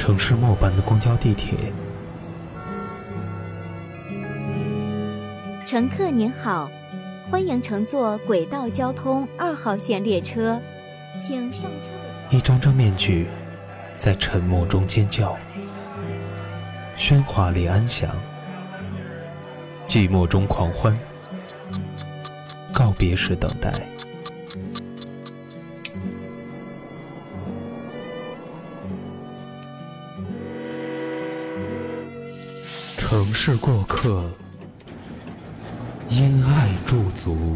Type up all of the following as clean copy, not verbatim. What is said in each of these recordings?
城市末班的公交地铁。 乘客您好，欢迎乘坐轨道交通2号线列车，请上车的一张张面具在沉默中尖叫，喧哗里安详，寂寞中狂欢，告别时等待。城市过客，因爱驻足。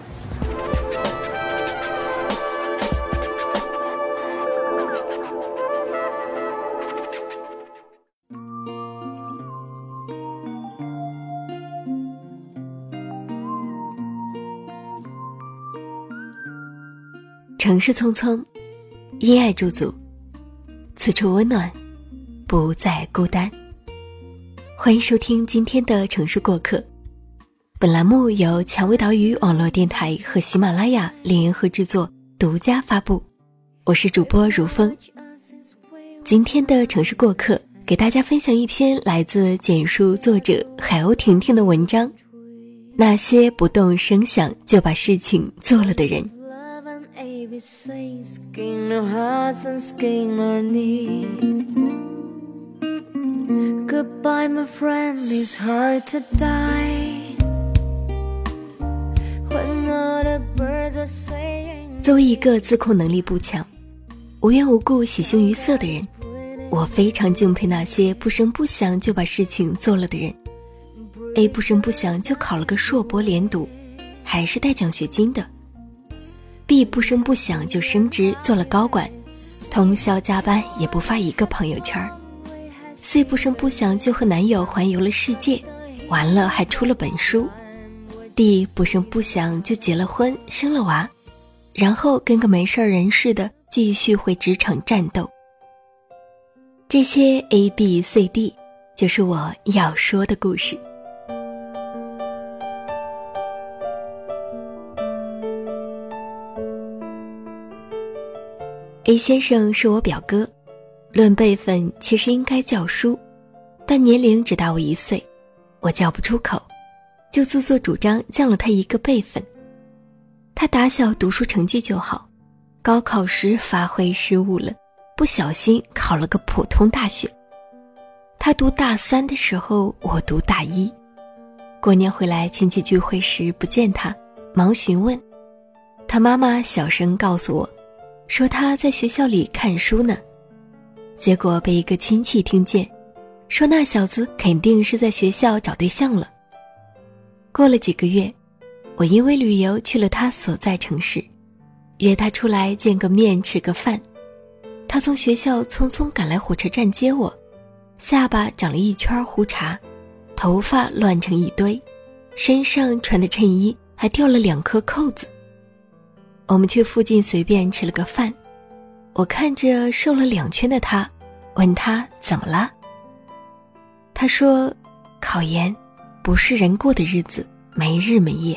城市匆匆，因爱驻足，此处温暖，不再孤单。欢迎收听今天的城市过客，本栏目由蔷薇岛屿网络电台和喜马拉雅联合制作，独家发布。我是主播如风。今天的城市过客，给大家分享一篇来自简书作者海鸥婷婷的文章，那些不动声响就把事情做了的人。 Skin our hearts and skin our knees. Goodbye, my friend, it's hard to die. When all the birds are saying. 作为一个自控能力不强、无缘无故喜形于色的人，我非常敬佩那些不声不响就把事情做了的人。A 不声不响就考了个硕博连读，还是带奖学金的。B 不声不响就升职做了高管，通宵加班也不发一个朋友圈。C 不声不响就和男友环游了世界，完了还出了本书。D 不声不响就结了婚生了娃，然后跟个没事人似的继续回职场战斗。这些 A、B、C、D 就是我要说的故事。A 先生是我表哥，论辈分其实应该叫叔，但年龄只大我1岁，我叫不出口，就自作主张降了他一个辈分。他打小读书成绩就好，高考时发挥失误了，不小心考了个普通大学。他读大3的时候，我读大1。过年回来亲戚聚会时不见他，忙询问，他妈妈小声告诉我，说他在学校里看书呢，结果被一个亲戚听见，说那小子肯定是在学校找对象了。过了几个月，我因为旅游去了他所在城市，约他出来见个面吃个饭。他从学校匆匆赶来火车站接我，下巴长了一圈胡茬，头发乱成一堆，身上穿的衬衣还掉了2颗扣子。我们去附近随便吃了个饭，我看着瘦了2圈的他，问他怎么了。他说，考研不是人过的日子，没日没夜。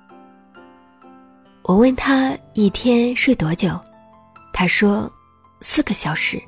我问他一天睡多久，他说4个小时。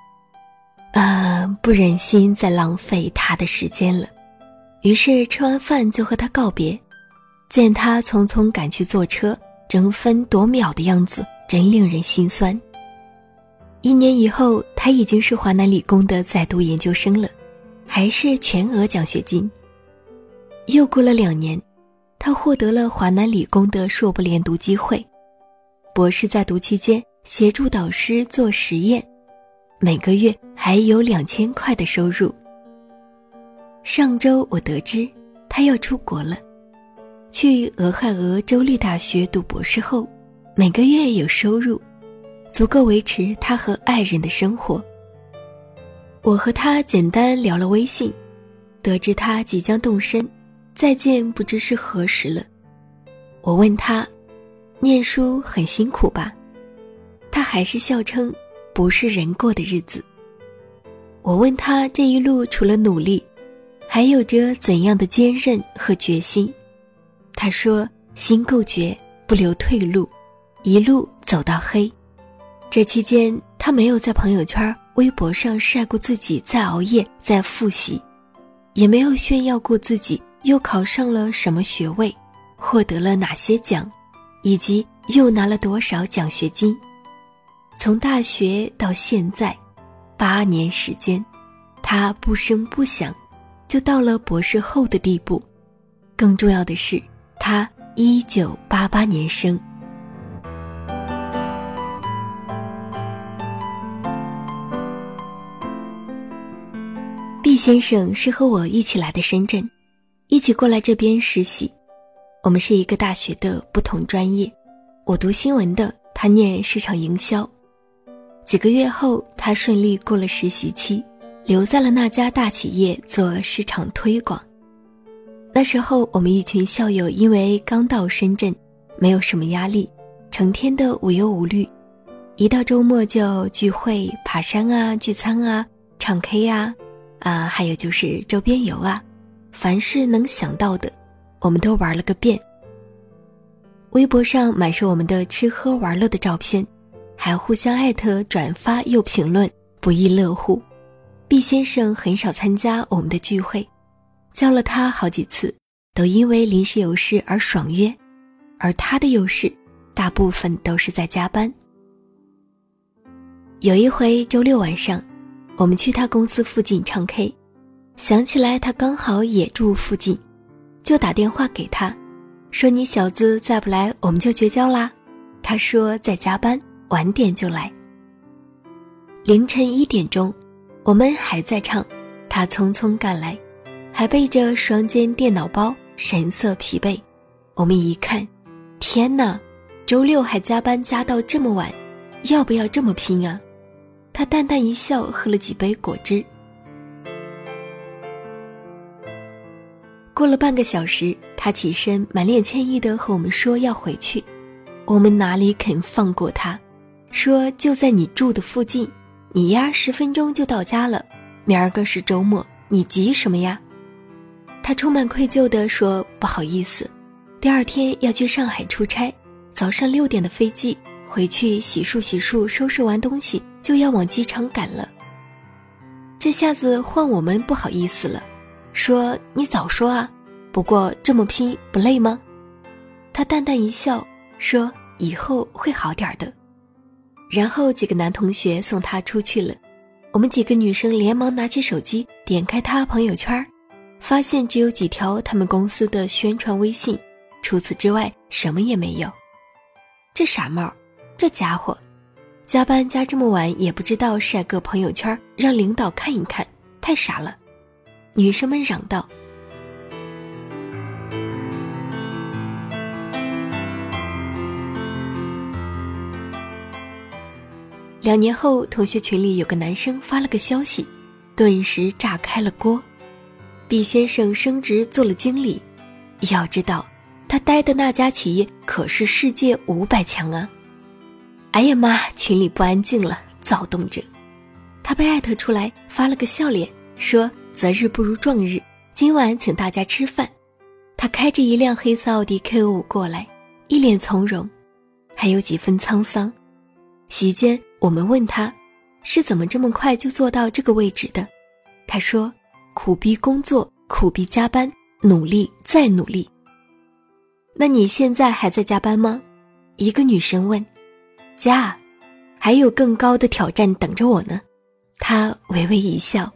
不忍心再浪费他的时间了，于是吃完饭就和他告别。见他匆匆赶去坐车，争分夺秒的样子真令人心酸。1年以后，他已经是华南理工的在读研究生了，还是全额奖学金。又过了2年，他获得了华南理工的硕博连读机会，博士在读期间协助导师做实验，每个月还有2000块的收入。上周我得知他要出国了，去俄亥俄州立大学读博士后，每个月有收入，足够维持他和爱人的生活。我和他简单聊了微信，得知他即将动身，再见不知是何时了。我问他，念书很辛苦吧？他还是笑称不是人过的日子。我问他这一路除了努力，还有着怎样的坚韧和决心？他说心够决，不留退路，一路走到黑。这期间他没有在朋友圈微博上晒过自己在熬夜在复习，也没有炫耀过自己又考上了什么学位，获得了哪些奖，以及又拿了多少奖学金。从大学到现在8年时间，他不声不响就到了博士后的地步。更重要的是，他1988年生。毕先生是和我一起来的深圳，一起过来这边实习。我们是一个大学的不同专业，我读新闻的，他念市场营销。几个月后，他顺利过了实习期，留在了那家大企业做市场推广。那时候我们一群校友因为刚到深圳，没有什么压力，成天的无忧无虑，一到周末就聚会、爬山啊、聚餐啊、唱 K 啊，还有就是周边游啊，凡是能想到的我们都玩了个遍。微博上满是我们的吃喝玩乐的照片，还互相艾特、转发又评论，不亦乐乎。毕先生很少参加我们的聚会，叫了他好几次，都因为临时有事而爽约，而他的有事大部分都是在加班。有一回周六晚上，我们去他公司附近唱 K， 想起来他刚好也住附近，就打电话给他，说你小子再不来我们就绝交啦。他说在加班，晚点就来。凌晨1点钟，我们还在唱，他匆匆赶来，还背着双肩电脑包，神色疲惫。我们一看，天哪，周六还加班加到这么晚，要不要这么拼啊？他淡淡一笑，喝了几杯果汁。过了半个小时，他起身满脸歉意地和我们说要回去。我们哪里肯放过他，说就在你住的附近，你呀10分钟就到家了，明儿个是周末，你急什么呀？他充满愧疚地说不好意思，第二天要去上海出差，早上6点的飞机，回去洗漱收拾完东西就要往机场赶了。这下子换我们不好意思了，说你早说啊，不过这么拼不累吗？他淡淡一笑，说以后会好点的。然后几个男同学送他出去了，我们几个女生连忙拿起手机点开他朋友圈，发现只有几条他们公司的宣传微信，除此之外什么也没有。这傻帽，这家伙加班加这么晚也不知道晒个朋友圈让领导看一看，太傻了。女生们嚷道。2年后，同学群里有个男生发了个消息，顿时炸开了锅。毕先生升职做了经理，要知道他待的那家企业可是世界500强啊！哎呀妈，群里不安静了，躁动着。他被艾特出来，发了个笑脸，说择日不如撞日，今晚请大家吃饭。他开着一辆黑色奥迪 Q5 过来，一脸从容，还有几分沧桑。席间我们问他是怎么这么快就做到这个位置的，他说苦逼工作，苦逼加班，努力再努力。那你现在还在加班吗？一个女生问。加，还有更高的挑战等着我呢。他微微一笑。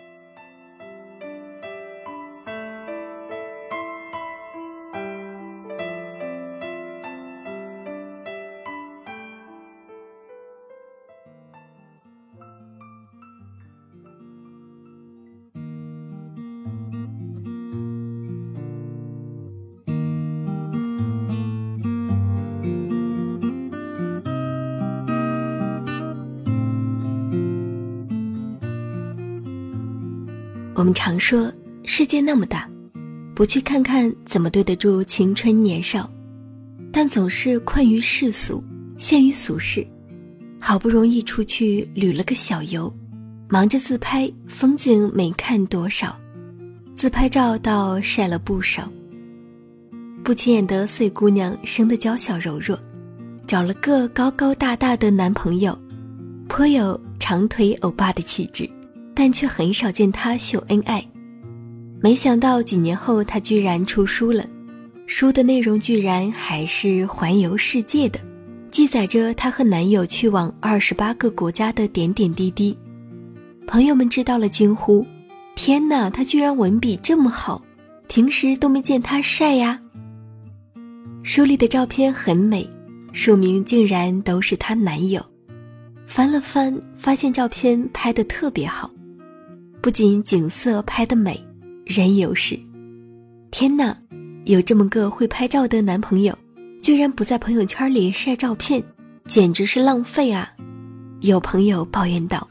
我们常说世界那么大，不去看看怎么对得住青春年少，但总是困于世俗，陷于俗世。好不容易出去旅了个小游，忙着自拍，风景没看多少，自拍照倒晒了不少。不起眼的碎姑娘生得娇小柔弱，找了个高高大大的男朋友，颇有长腿欧巴的气质，但却很少见他秀恩爱。没想到几年后他居然出书了，书的内容居然还是环游世界的，记载着她和男友去往28个国家的点点滴滴。朋友们知道了惊呼，天哪，他居然文笔这么好，平时都没见他晒呀。书里的照片很美，署名竟然都是她男友。翻了翻，发现照片拍得特别好，不仅景色拍得美，人有事。天哪，有这么个会拍照的男朋友，居然不在朋友圈里晒照片，简直是浪费啊！有朋友抱怨道。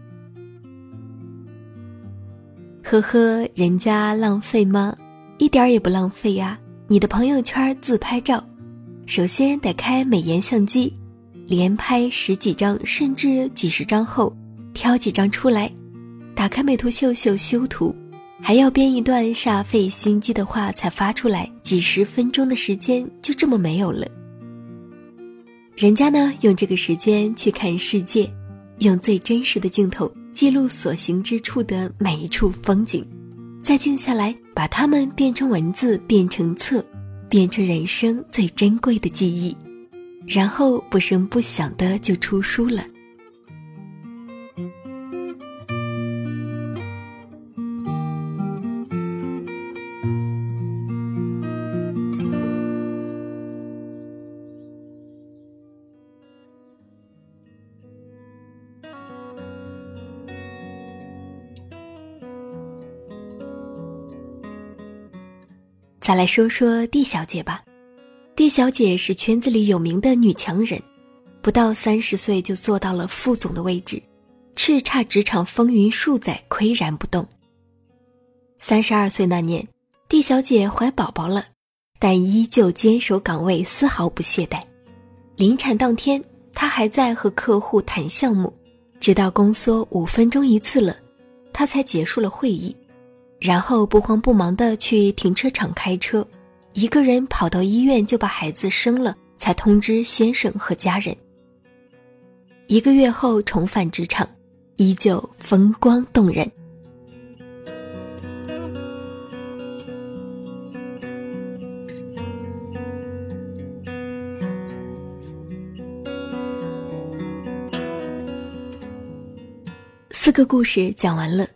呵呵，人家浪费吗？一点也不浪费呀！你的朋友圈自拍照，首先得开美颜相机，连拍10几张甚至几十张后，挑几张出来，打开美图秀秀修图，还要编一段煞费心机的话才发出来，几十分钟的时间就这么没有了。人家呢，用这个时间去看世界，用最真实的镜头记录所行之处的每一处风景，再静下来把它们变成文字，变成册，变成人生最珍贵的记忆，然后不声不响的就出书了。再来说说D小姐吧。D小姐是圈子里有名的女强人，不到30岁就做到了副总的位置，叱咤职场风云数载，岿然不动。32岁那年，D小姐怀宝宝了，但依旧坚守岗位，丝毫不懈怠。临产当天，她还在和客户谈项目，直到宫缩5分钟一次了，她才结束了会议。然后不慌不忙地去停车场开车，一个人跑到医院就把孩子生了，才通知先生和家人。1个月后重返职场，依旧风光动人。4个故事讲完了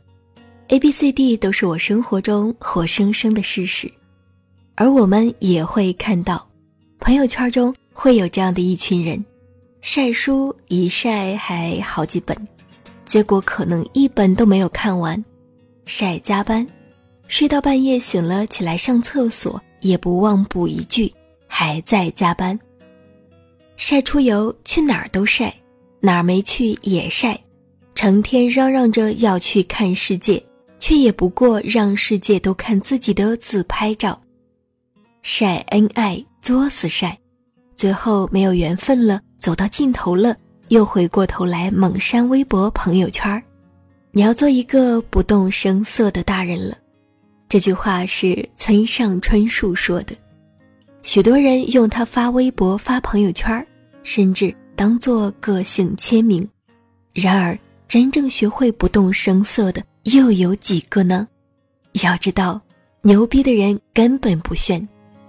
，ABCD 都是我生活中活生生的事实，而我们也会看到，朋友圈中会有这样的一群人，晒书一晒还好几本，结果可能1本都没有看完；晒加班，睡到半夜醒了起来上厕所，也不忘补一句还在加班；晒出游，去哪儿都晒，哪儿没去也晒，成天嚷嚷着要去看世界，却也不过让世界都看自己的自拍照，晒恩爱作死晒，最后没有缘分了，走到尽头了，又回过头来猛删微博朋友圈。你要做一个不动声色的大人了，这句话是村上春树说的，许多人用它发微博发朋友圈，甚至当作个性签名，然而真正学会不动声色的又有几个呢？要知道，牛逼的人根本不炫。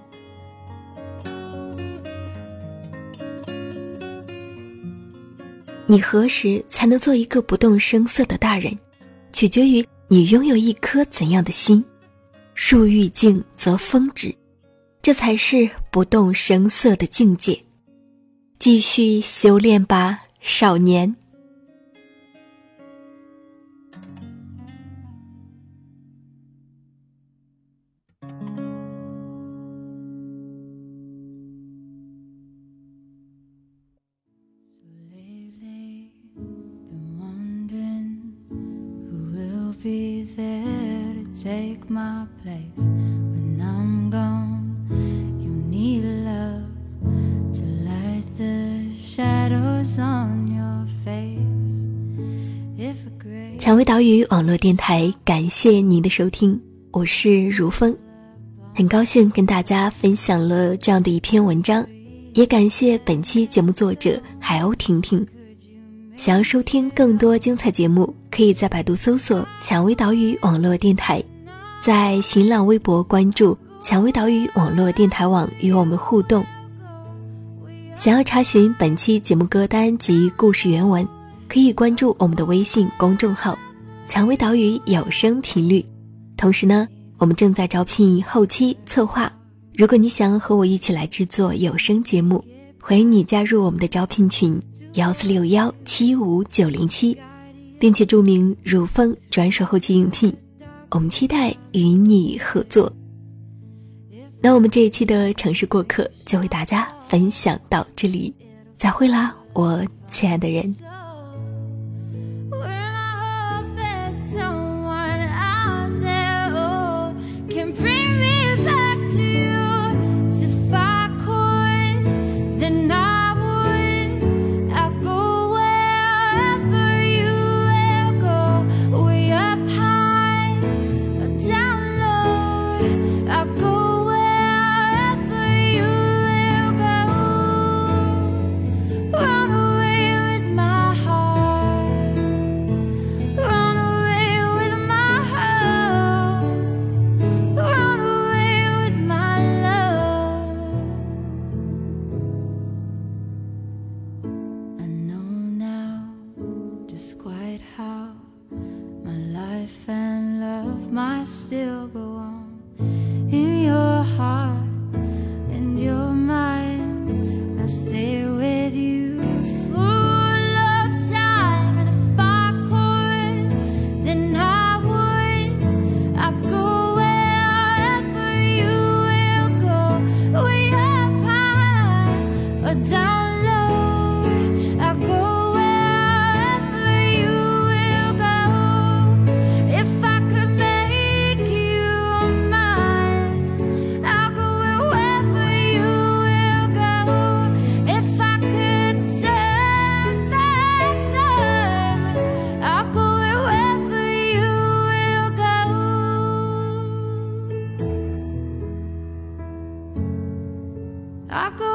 你何时才能做一个不动声色的大人，取决于你拥有一颗怎样的心。树欲静则风止，这才是不动声色的境界。继续修炼吧，少年。 Be there to take my place when I'm gone. You need love to light the shadows on your face. If a great 蔷薇岛屿网络电台，感谢您的收听，我是如风，很高兴跟大家分享了这样的一篇文章，也感谢本期节目作者海鸥婷婷。 想要收听更多精彩节目，可以在百度搜索蔷薇岛屿网络电台，在新浪微博关注蔷薇岛屿网络电台网与我们互动。想要查询本期节目歌单及故事原文，可以关注我们的微信公众号蔷薇岛屿有声频率。同时呢，我们正在招聘后期策划，如果你想和我一起来制作有声节目，欢迎你加入我们的招聘群1461-75907，并且注明如风转手后期应聘，我们期待与你合作。那我们这一期的城市过客就为大家分享到这里，再会啦，我亲爱的人。 Still go on in your heart and your mind. I'll stay with you full of time, and if I could, then I would. I'd go wherever you will go, way up high or down low. I'd go wherever you will go. If I could I go